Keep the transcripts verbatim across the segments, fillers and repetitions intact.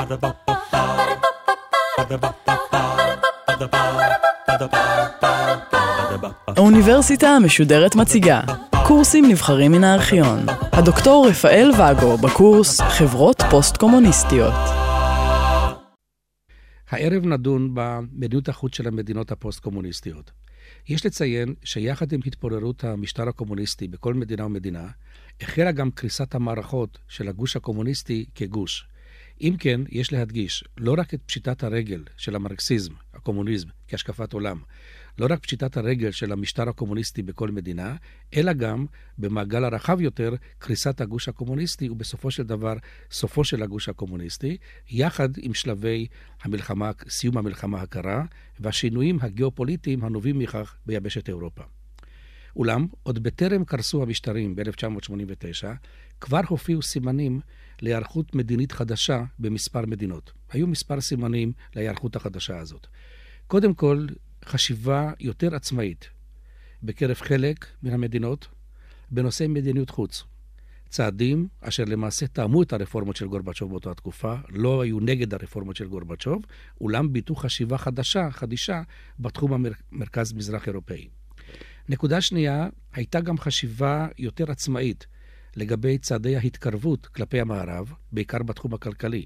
האוניברסיטה המשודרת מציגה קורסים נבחרים מן הארכיון. הדוקטור רפאל ואגו בקורס חברות פוסט-קומוניסטיות. הערב נדון במדיניות החוץ של המדינות הפוסט-קומוניסטיות. יש לציין שיחד עם התפוררות המשטר הקומוניסטי בכל מדינה ומדינה, החלה גם קריסת המערכות של הגוש הקומוניסטי כגוש. אם כן, יש להדגיש לא רק את פשיטת הרגל של המרקסיזם, הקומוניזם, כהשקפת עולם, לא רק פשיטת הרגל של המשטר הקומוניסטי בכל מדינה, אלא גם במעגל הרחב יותר קריסת הגוש הקומוניסטי ובסופו של דבר סופו של הגוש הקומוניסטי, יחד עם שלבי המלחמה, סיום המלחמה הקרה והשינויים הגיאופוליטיים הנובעים מכך ביבשת אירופה. אולם, עוד בטרם קרסו המשטרים ב-אלף תשע מאות שמונים ותשע, כבר הופיעו סימנים להיערכות מדינית חדשה במספר מדינות. היו מספר סימנים להיערכות החדשה הזאת. קודם כל, חשיבה יותר עצמאית בקרב חלק מן המדינות בנושא מדיניות חוץ. צעדים אשר למעשה תאמו את הרפורמות של גורבצ'וב באותה תקופה, לא היו נגד הרפורמות של גורבצ'וב, אולם ביטאו חשיבה חדשה, חדישה, בתחום המרכז מזרח אירופאי. נקודה שנייה, הייתה גם חשיבה יותר עצמאית לגבי צעדי ההתקרבות כלפי המערב, בעיקר בתחום הכלכלי.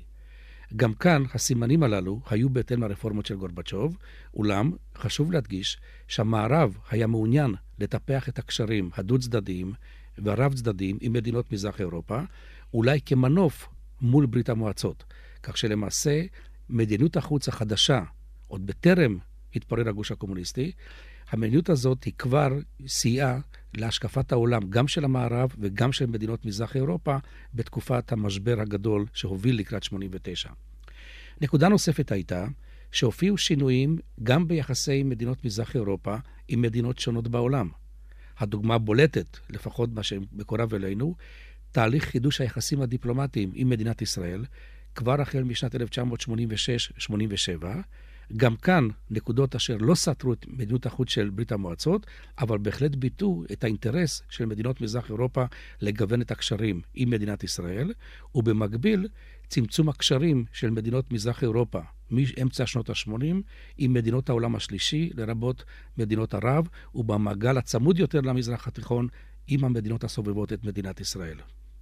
גם כאן הסימנים הללו היו בהתאם לרפורמות של גורבצ'וב, אולם חשוב להדגיש שהמערב היה מעוניין לטפח את הקשרים הדו-צדדיים והרב צדדיים עם מדינות מזרח אירופה, אולי כמנוף מול ברית המועצות, כך שלמעשה מדיניות החוץ החדשה, עוד בטרם התפורר הגוש הקומוניסטי, המדיניות הזאת היא כבר סייעה להשקפת העולם גם של המערב וגם של מדינות מזרח אירופה בתקופת המשבר הגדול שהוביל לקראת שמונים ותשע. נקודה נוספת הייתה שהופיעו שינויים גם ביחסי מדינות מזרח אירופה עם מדינות שונות בעולם. הדוגמה בולטת, לפחות מה שמקורב אלינו, תהליך חידוש היחסים הדיפלומטיים עם מדינת ישראל, כבר החל משנת אלף תשע מאות שמונים ושש שמונים ושבע, גם כאן נקודות אשר לא סתרו את מדיניות החוץ של ברית המועצות, אבל בהחלט ביטאו את האינטרס של מדינות מזרח אירופה לגוון את הקשרים עם מדינת ישראל, ובמקביל צמצום הקשרים של מדינות מזרח אירופה מאמצע שנות ה-שמונים עם מדינות העולם השלישי, לרבות מדינות ערב, ובמעגל הצמוד יותר למזרח התיכון עם המדינות הסובבות את מדינת ישראל.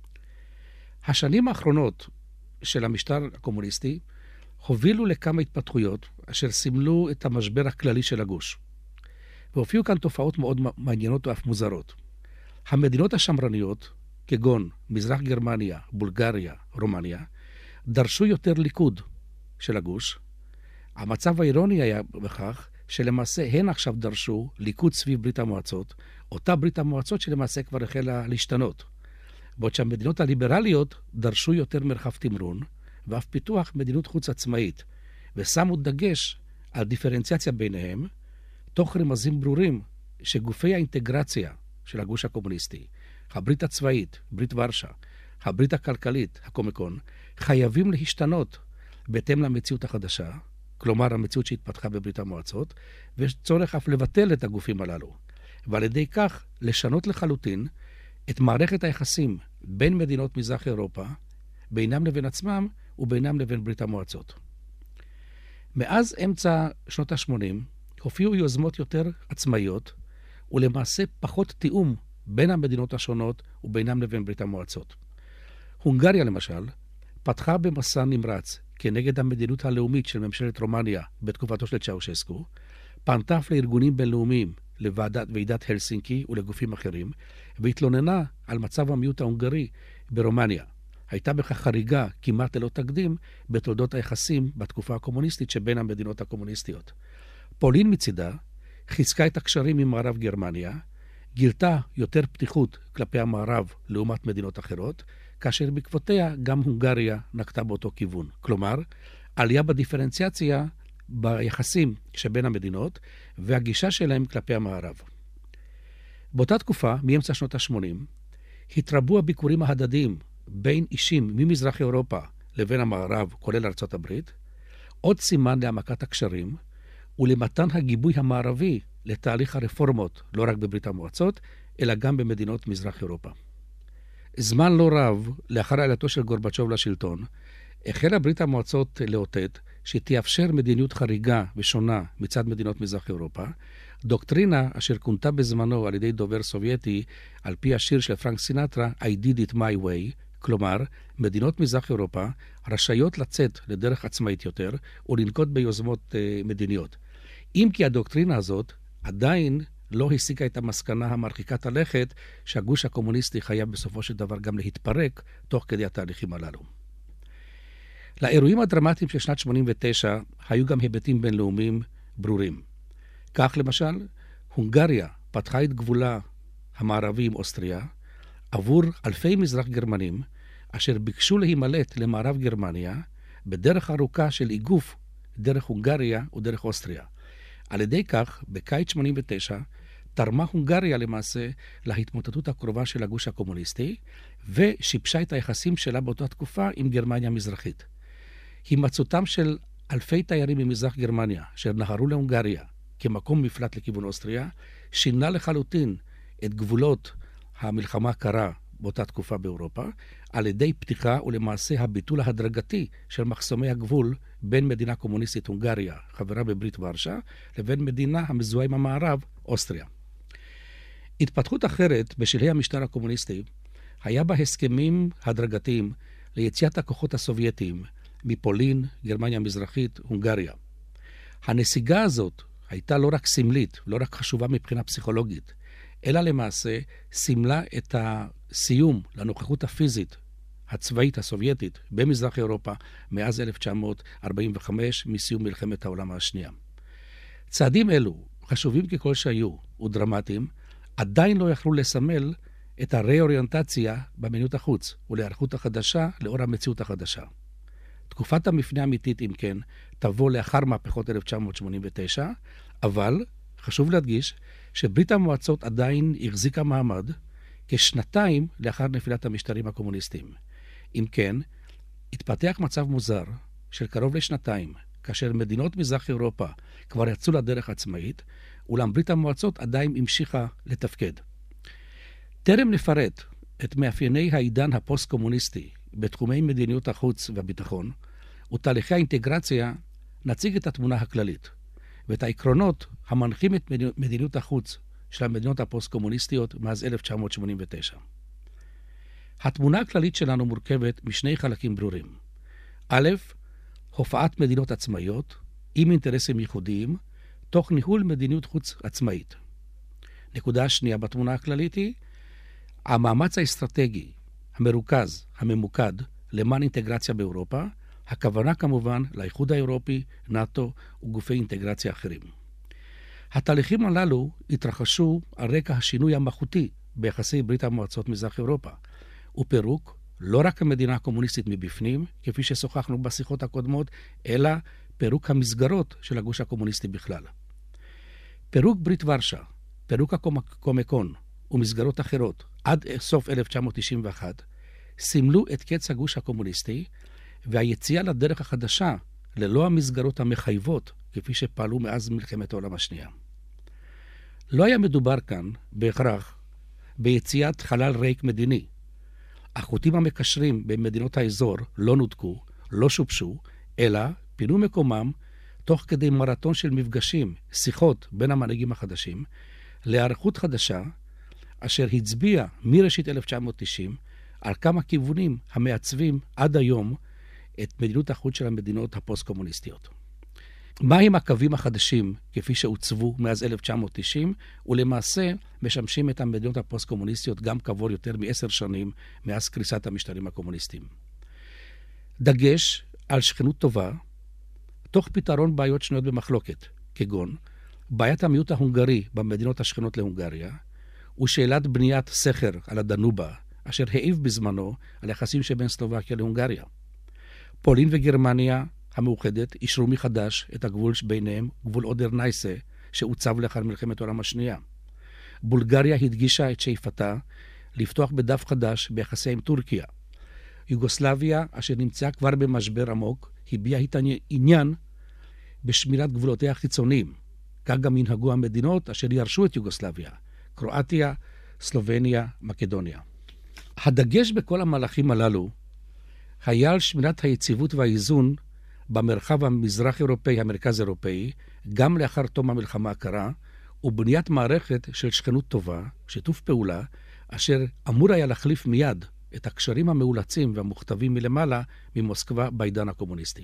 השנים האחרונות של המשטר הקומוניסטי הובילו לכמה התפתחויות אשר סימלו את המשבר הכללי של הגוש. והופיעו כאן תופעות מאוד מעניינות ואף מוזרות. המדינות השמרניות, כגון מזרח גרמניה, בולגריה, רומניה, דרשו יותר ליכוד של הגוש. המצב האירוני היה בכך שלמעשה הן עכשיו דרשו ליכוד סביב ברית המועצות, אותה ברית המועצות שלמעשה כבר החלה להשתנות. בעוד שהמדינות הליברליות דרשו יותר מרחב תמרון, ואף פיתוח מדיניות חוץ עצמאית, ושמו דגש על דיפרנציאציה ביניהם, תוך רמזים ברורים שגופי האינטגרציה של הגוש הקומוניסטי, הברית הצבאית, ברית ורשה, הברית הכלכלית, הקומקון, חייבים להשתנות בהתאם למציאות החדשה, כלומר המציאות שהתפתחה בברית המועצות, ויש צורך אף לבטל את הגופים הללו, ועל ידי כך לשנות לחלוטין את מערכת היחסים בין מדינות מזרח אירופה, בינם לבין עצמם ובינם לבין ברית המועצות. מאז אמצע שנות ה-שמונים הופיעו יוזמות יותר עצמאיות ולמעשה פחות תיאום בין המדינות השונות ובינם לבין ברית המועצות. הונגריה למשל פתחה במסע נמרץ כנגד המדיניות הלאומית של ממשלת רומניה בתקופתו של צ'אושסקו, פנתה אף לארגונים בינלאומיים, לוועדת ועידת הלסינקי ולגופים אחרים, והתלוננה על מצב המיעוט ההונגרי ברומניה. הייתה בכך חריגה כמעט ללא תקדים בתולדות היחסים בתקופה הקומוניסטית שבין המדינות הקומוניסטיות. פולין מצידה חיזקה את הקשרים עם מערב גרמניה, גילתה יותר פתיחות כלפי המערב לעומת מדינות אחרות, כאשר בעקבותיה גם הונגריה נקטה באותו כיוון. כלומר, עלייה בדיפרנציאציה ביחסים שבין המדינות והגישה שלהם כלפי המערב. באותה תקופה, מאמצע שנות ה-שמונים, התרבו הביקורים ההדדיים בין אישים ממזרח אירופה לבין המערב, כולל ארצות הברית, עוד סימן להעמקת הקשרים ולמתן הגיבוי המערבי לתהליך הרפורמות, לא רק בברית המועצות, אלא גם במדינות מזרח אירופה. זמן לא רב לאחר העלתו של גורבצ'וב לשלטון, החלה ברית המועצות לאותת שתאפשר מדיניות חריגה ושונה מצד מדינות מזרח אירופה, דוקטרינה אשר כונתה בזמנו על ידי דובר סובייטי על פי השיר של פרנק סינטרה, I did it my way, כלומר, מדינות מזרח אירופה רשאיות לצאת לדרך עצמאית יותר ולנקוט ביוזמות uh, מדיניות. אם כי הדוקטרינה הזאת עדיין לא הסיקה את המסקנה המרחיקת הלכת שהגוש הקומוניסטי חייב בסופו של דבר גם להתפרק תוך כדי התהליכים הללו. לאירועים הדרמטיים של שנת שמונים ותשע היו גם היבטים בינלאומיים ברורים. כך למשל, הונגריה פתחה את גבולה המערבי עם אוסטריה עבור אלפי מזרח גרמנים אשר ביקשו להימלט למערב גרמניה בדרך ארוכה של איגוף דרך הונגריה ודרך אוסטריה. על ידי כך, בקיץ שמונים ותשע, תרמה הונגריה למעשה להתמוטטות הקרובה של הגוש הקומוניסטי, ושיבשה את היחסים שלה באותה תקופה עם גרמניה המזרחית. הימצאותם של אלפי תיירים ממזרח גרמניה, אשר נהרו להונגריה כמקום מפלט לכיוון אוסטריה, שינה לחלוטין את גבולות המלחמה הקרה באותה תקופה באירופה, על ידי פתיחה ולמעשה הביטול ההדרגתי של מחסומי הגבול בין מדינה קומוניסטית הונגריה, חברה בברית ורשה, לבין מדינה המזוהה עם המערב, אוסטריה. התפתחות אחרת בשלהי המשטר הקומוניסטי היה בה הסכמים הדרגתיים ליציאת הכוחות הסובייטיים מפולין, גרמניה המזרחית, הונגריה. הנסיגה הזאת הייתה לא רק סמלית, לא רק חשובה מבחינה פסיכולוגית, אלא למעשה סימלה את הסיום לנוכחות הפיזית הצבאית הסובייטית במזרח אירופה מאז אלף תשע מאות ארבעים וחמש מסיום מלחמת העולם השנייה. צעדים אלו, חשובים ככל שהיו ודרמטיים, עדיין לא יכלו לסמל את הראוריינטציה במדיניות החוץ ולהיערכות החדשה לאור המציאות החדשה. תקופת המפנה האמיתית, אם כן, תבוא לאחר מהפכות אלף תשע מאות שמונים ותשע, אבל חשוב להדגיש שברית המועצות עדיין החזיקה מעמד כשנתיים לאחר נפילת המשטרים הקומוניסטיים. אם כן, התפתח מצב מוזר של קרוב לשנתיים, כאשר מדינות מזרח אירופה כבר יצאו לדרך עצמאית, אולם ברית המועצות עדיין המשיכה לתפקד. טרם נפרט את מאפייני העידן הפוסט-קומוניסטי בתחומי מדיניות החוץ והביטחון, ותהליכי האינטגרציה נציג את התמונה הכללית, ואת העקרונות המנחים את מדיניות החוץ של המדינות הפוסט-קומוניסטיות מאז אלף תשע מאות שמונים ותשע. התמונה הכללית שלנו מורכבת משני חלקים ברורים. א', הופעת מדינות עצמאיות עם אינטרסים ייחודיים, תוך ניהול מדיניות חוץ עצמאית. נקודה שנייה בתמונה הכללית היא המאמץ האסטרטגי, המרוכז, הממוקד, למען אינטגרציה באירופה, הכוונה כמובן לאיחוד האירופי, נאטו וגופי אינטגרציה אחרים. התהליכים הללו התרחשו על רקע השינוי המלאכותי ביחסי ברית המועצות מזרח אירופה, ופירוק לא רק המדינה הקומוניסטית מבפנים, כפי ששוחחנו בשיחות הקודמות, אלא פירוק המסגרות של הגוש הקומוניסטי בכלל. פירוק ברית ורשה, פירוק הקומקון ומסגרות אחרות עד סוף אלף תשע מאות תשעים ואחת, סימלו את קץ הגוש הקומוניסטי, והיציאה לדרך החדשה ללא המסגרות המחייבות, כפי שפעלו מאז מלחמת העולם השנייה. לא היה מדובר כאן בהכרח ביציאת חלל ריק מדיני. החוטים המקשרים בין מדינות האזור לא נותקו, לא שופשו, אלא פינו מקומם תוך כדי מרתון של מפגשים, שיחות בין המנהיגים החדשים, להיערכות חדשה, אשר הצביע מראשית אלף תשע מאות תשעים על כמה כיוונים המעצבים עד היום את מדיניות החוץ של המדינות הפוסט-קומוניסטיות. מהם הקווים החדשים כפי שהוצבו מאז אלף תשע מאות תשעים, ולמעשה משמשים את המדינות הפוסט-קומוניסטיות גם כעבור יותר מעשר שנים מאז קריסת המשטרים הקומוניסטיים. דגש על שכנות טובה, תוך פתרון בעיות שנויות במחלוקת, כגון בעיית המיעוט ההונגרי במדינות השכנות להונגריה, ושאלת בניית סכר על הדנובה, אשר העיב בזמנו על יחסים שבין סלובקיה להונגריה. פולין וגרמניה המאוחדת אישרו מחדש את הגבול ביניהם, גבול אודר-נייסה, שהוצב לאחר מלחמת העולם השנייה. בולגריה הדגישה את שאיפתה לפתוח בדף חדש ביחסי עם טורקיה. יוגוסלביה, אשר נמצאה כבר במשבר עמוק, הביעה את העניין בשמירת גבולותיה החיצוניים. כך גם ינהגו המדינות אשר ירשו את יוגוסלביה, קרואטיה, סלובניה, מקדוניה. הדגש בכל המהלכים הללו היה על שמירת היציבות והאיזון במרחב המזרח-אירופאי, המרכז-אירופאי, גם לאחר תום המלחמה הקרה, ובניית מערכת של שכנות טובה, שיתוף פעולה, אשר אמור היה להחליף מיד את הקשרים המאולצים והמוכתבים מלמעלה ממוסקבה בעידן הקומוניסטי.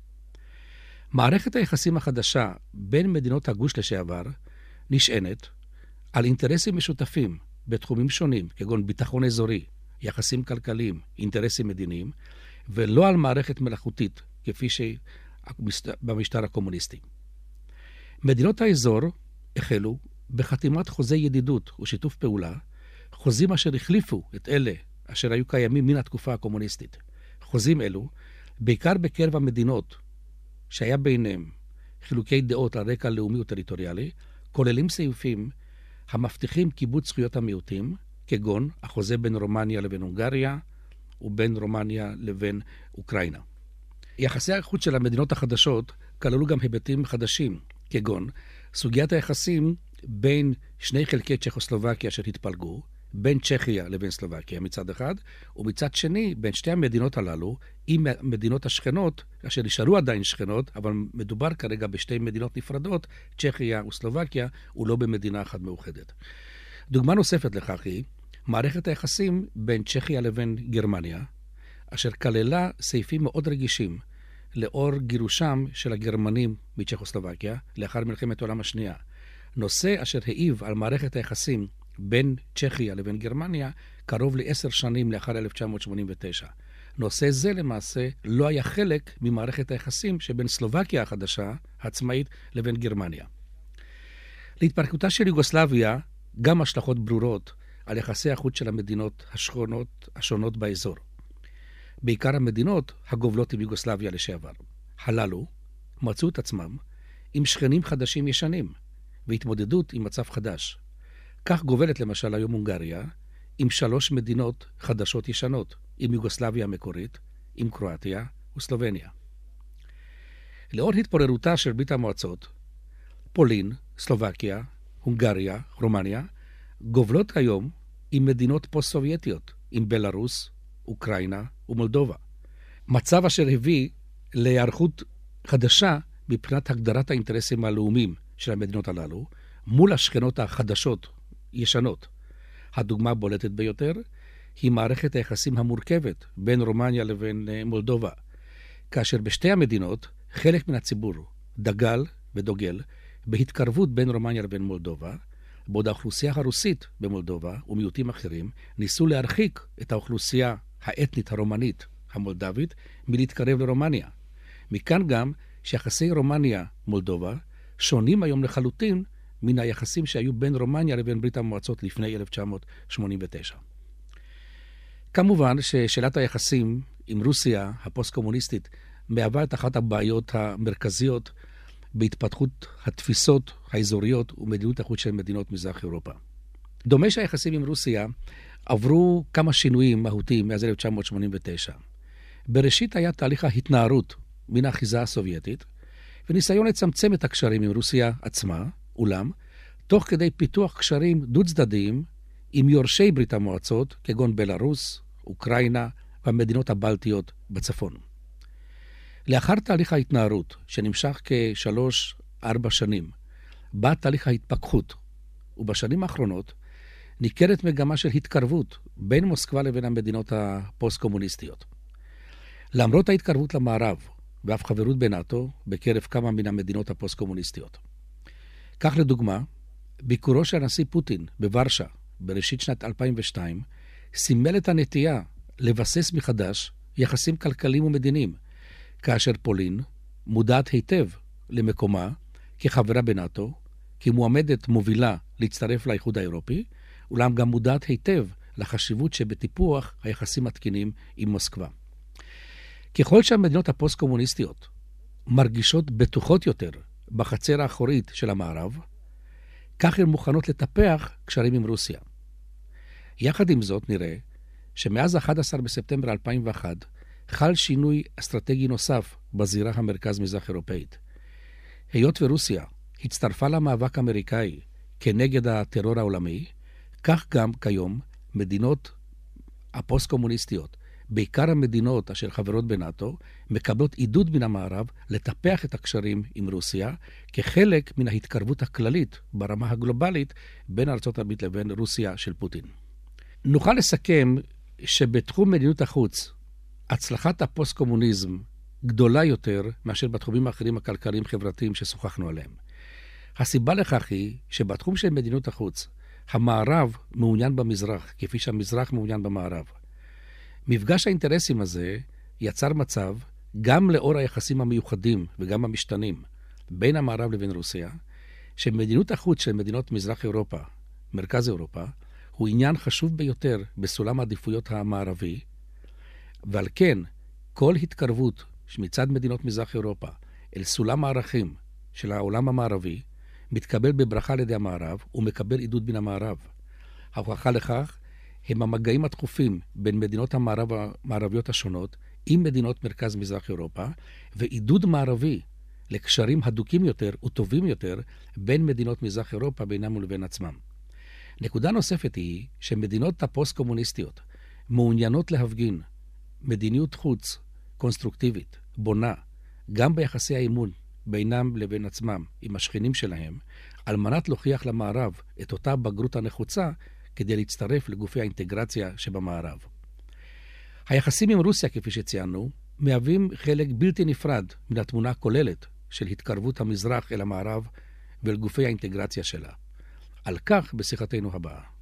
מערכת היחסים החדשה בין מדינות הגוש לשעבר נשענת על אינטרסים משותפים בתחומים שונים, כגון ביטחון אזורי, יחסים כלכליים, אינטרסים מדיניים, ולא על מערכת מלאכותית, כפי שבמשטר הקומוניסטי. מדינות האזור החלו בחתימת חוזי ידידות ושיתוף פעולה, חוזים אשר החליפו את אלה אשר היו קיימים מן התקופה הקומוניסטית. חוזים אלו, בעיקר בקרב המדינות שהיה ביניהם חילוקי דעות על רקע לאומי וטריטוריאלי, כוללים סעיפים המבטיחים כיבוד זכויות המיעוטים, כגון החוזה בין רומניה לבין הונגריה ובין רומניה לבין אוקראינה. יחסי החוץ של המדינות החדשות כללו גם היבטים חדשים, כגון סוגיית היחסים בין שני חלקי צ'כוסלובקיה שהתפלגו, בין צ'כיה לבין סלובקיה מצד אחד, ומצד שני בין שתי המדינות הללו עם מדינות השכנות, אשר נשארו עדיין שכנות, אבל מדובר כרגע בשתי מדינות נפרדות, צ'כיה וסלובקיה, ולא במדינה אחת מאוחדת. דוגמה נוספת לכך היא מערכת היחסים בין צ'כיה לבין גרמניה, אשר כללה סעיפים מאוד רגישים לאור גירושם של הגרמנים מצ'כוסלובקיה לאחר מלחמת העולם השנייה. נושא אשר העיב על מערכת היחסים בין צ'כיה לבין גרמניה קרוב לעשר שנים לאחר אלף תשע מאות שמונים ותשע. נושא זה למעשה לא היה חלק ממערכת היחסים שבין סלובקיה החדשה, העצמאית, לבין גרמניה. להתפרקותה של יוגוסלביה גם השלכות ברורות על יחסי החוץ של המדינות השכונות השונות באזור. בעיקר המדינות הגובלות עם יוגוסלביה לשעבר. הללו מצאו את עצמם עם שכנים חדשים ישנים והתמודדות עם מצב חדש. כך גובלת למשל היום הונגריה עם שלוש מדינות חדשות ישנות, עם יוגוסלביה המקורית, עם קרואטיה וסלובניה. לאור התפוררותה של ברית המועצות, פולין, סלובקיה, הונגריה, רומניה, גובלות היום עם מדינות פוסט-סובייטיות, עם בלרוס, אוקראינה ומולדובה. מצב אשר הביא להיערכות חדשה מבחינת הגדרת האינטרסים הלאומיים של המדינות הללו, מול השכנות החדשות, ישנות. הדוגמה הבולטת ביותר היא מערכת היחסים המורכבת בין רומניה לבין מולדובה, כאשר בשתי המדינות חלק מן הציבור דגל ודוגל בהתקרבות בין רומניה לבין מולדובה, בעוד האוכלוסייה הרוסית במולדובה ומיעוטים אחרים ניסו להרחיק את האוכלוסייה האתנית הרומנית המולדבית מלהתקרב לרומניה. מכאן גם שיחסי רומניה-מולדובה שונים היום לחלוטין מן היחסים שהיו בין רומניה לבין ברית המועצות לפני אלף תשע מאות שמונים ותשע. כמובן ששאלת היחסים עם רוסיה הפוסט-קומוניסטית מהווה את אחת הבעיות המרכזיות בהתפתחות התפיסות האזוריות ומדיניות החוץ של מדינות מזרח אירופה. דומה שהיחסים עם רוסיה עברו כמה שינויים מהותיים מאז אלף תשע מאות שמונים ותשע. בראשית היה תהליך ההתנערות מן האחיזה הסובייטית, וניסיון לצמצם את הקשרים עם רוסיה עצמה, אולם, תוך כדי פיתוח קשרים דו-צדדיים עם יורשי ברית המועצות, כגון בלרוס, אוקראינה והמדינות הבלטיות בצפון. לאחר תהליך ההתנערות, שנמשך כשלוש, ארבע שנים, בא תהליך ההתפכחות, ובשנים האחרונות ניכרת מגמה של התקרבות בין מוסקבה לבין המדינות הפוסט-קומוניסטיות. למרות ההתקרבות למערב, ואף חברות בנאטו בקרב כמה מן המדינות הפוסט-קומוניסטיות. כך לדוגמה, ביקורו של הנשיא פוטין בוורשה בראשית שנת אלפיים ושתיים, סימל את הנטייה לבסס מחדש יחסים כלכליים ומדיניים, כאשר פולין מודעת היטב למקומה כחברה בנאטו, כמועמדת מובילה להצטרף לאיחוד האירופי, אולם גם מודעת היטב לחשיבות שבטיפוח היחסים התקינים עם מוסקבה. ככל שהמדינות הפוסט-קומוניסטיות מרגישות בטוחות יותר בחצר האחורית של המערב, כך הן מוכנות לטפח קשרים עם רוסיה. יחד עם זאת נראה שמאז אחד עשר בספטמבר אלפיים ואחת חל שינוי אסטרטגי נוסף בזירה המרכז-מזרח אירופאית. היות ורוסיה הצטרפה למאבק האמריקאי כנגד הטרור העולמי, כך גם כיום מדינות הפוסט-קומוניסטיות בעיקר המדינות אשר חברות בנאטו, מקבלות עידוד מן המערב לטפח את הקשרים עם רוסיה, כחלק מן ההתקרבות הכללית ברמה הגלובלית בין ארצות הברית לבין רוסיה של פוטין. נוכל לסכם שבתחום מדיניות החוץ, הצלחת הפוסט-קומוניזם גדולה יותר מאשר בתחומים האחרים הכלכליים חברתיים ששוחחנו עליהם. הסיבה לכך היא שבתחום של מדיניות החוץ, המערב מעוניין במזרח, כפי שהמזרח מעוניין במערב. מפגש האינטרסים הזה יצר מצב, גם לאור היחסים המיוחדים וגם המשתנים בין המערב לבין רוסיה, שמדיניות החוץ של מדינות מזרח אירופה, מרכז אירופה, הוא עניין חשוב ביותר בסולם העדיפויות המערבי, ועל כן כל התקרבות מצד מדינות מזרח אירופה אל סולם הערכים של העולם המערבי, מתקבל בברכה על ידי המערב ומקבל עידוד מן המערב. ההוכחה לכך הם המגעים התכופים בין מדינות המערב המערביות השונות עם מדינות מרכז מזרח אירופה, ועידוד מערבי לקשרים הדוקים יותר וטובים יותר בין מדינות מזרח אירופה בינם ולבין עצמם. נקודה נוספת היא שמדינות הפוסט-קומוניסטיות מעוניינות להפגין מדיניות חוץ קונסטרוקטיבית, בונה, גם ביחסי האימון בינם לבין עצמם עם השכנים שלהם, על מנת להוכיח למערב את אותה בגרות הנחוצה כדי להצטרף לגופי האינטגרציה שבמערב. היחסים עם רוסיה, כפי שציינו, מהווים חלק בלתי נפרד מן התמונה הכוללת של התקרבות המזרח אל המערב ואל גופי האינטגרציה שלה. על כך בשיחתנו הבאה.